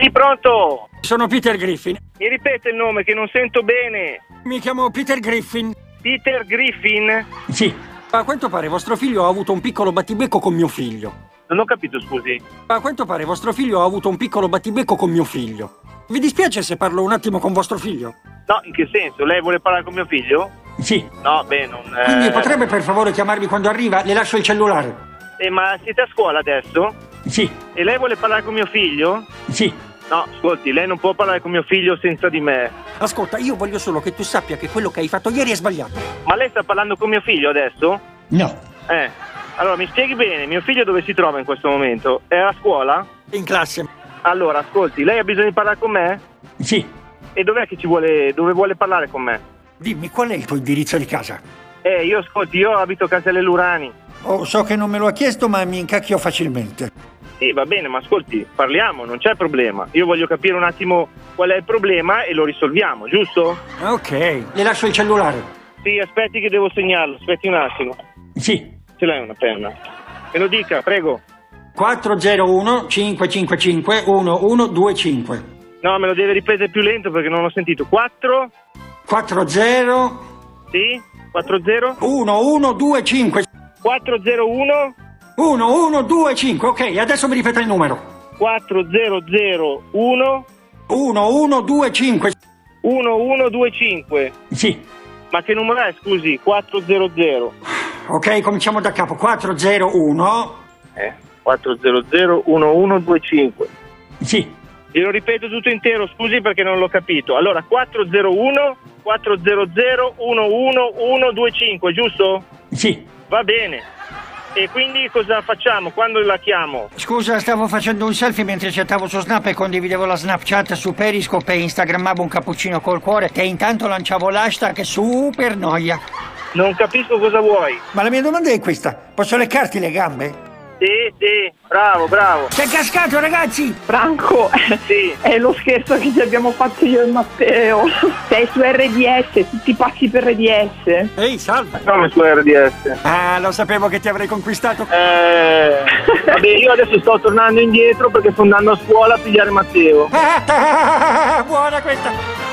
Sì, pronto? Sono Peter Griffin. Mi ripete il nome che non sento bene. Mi chiamo Peter Griffin. Peter Griffin? Sì. A quanto pare vostro figlio ha avuto un piccolo battibecco con mio figlio. Non ho capito, scusi. A quanto pare vostro figlio ha avuto un piccolo battibecco con mio figlio. Vi dispiace se parlo un attimo con vostro figlio? No, in che senso? Lei vuole parlare con mio figlio? Sì. No, beh, non... Quindi potrebbe per favore chiamarmi quando arriva? Le lascio il cellulare. Ma siete a scuola adesso? Sì. E lei vuole parlare con mio figlio? Sì. No, ascolti, lei non può parlare con mio figlio senza di me. Ascolta, io voglio solo che tu sappia che quello che hai fatto ieri è sbagliato. Ma lei sta parlando con mio figlio adesso? No. Allora, mi spieghi bene, mio figlio dove si trova in questo momento? È a scuola? In classe. Allora, ascolti, lei ha bisogno di parlare con me? Sì. E dov'è che dove vuole parlare con me? Dimmi, qual è il tuo indirizzo di casa? Io ascolti, io abito a Caselle Lurani. Oh, so che non me lo ha chiesto, ma mi incacchio facilmente. Sì, va bene, ma ascolti, parliamo, non c'è problema. Io voglio capire un attimo qual è il problema e lo risolviamo, giusto? Ok, le lascio il cellulare. Sì, aspetti che devo segnarlo, aspetti un attimo. Sì. Ce l'hai una penna? Me lo dica, prego. 401 555 1125. No, me lo deve ripetere più lento perché non ho sentito. 4? 40 Sì? 40? 1125. 401? 1125, ok, adesso mi ripeta il numero. 4001 1125. 1125. Sì. Ma che numero è, scusi? 400. Ok, cominciamo da capo. 401. 400 1125. Sì. Glielo ripeto tutto intero, scusi perché non l'ho capito. Allora, 401 400 11125, giusto? Sì. Va bene. E quindi cosa facciamo? Quando la chiamo? Scusa, stavo facendo un selfie mentre chattavo su Snap e condividevo la Snapchat su Periscope e instagrammavo un cappuccino col cuore e intanto lanciavo l'hashtag super noia. Non capisco cosa vuoi. Ma la mia domanda è questa: posso leccarti le gambe? Sì, bravo, bravo. Sei cascato, ragazzi! Franco, Sì. è lo scherzo che ti abbiamo fatto io e Matteo. Sei su RDS, tutti passi per RDS. Ehi, salve! Come su RDS. Ah, lo sapevo che ti avrei conquistato. Vabbè, io adesso sto tornando indietro perché sto andando a scuola a pigliare Matteo. Buona questa!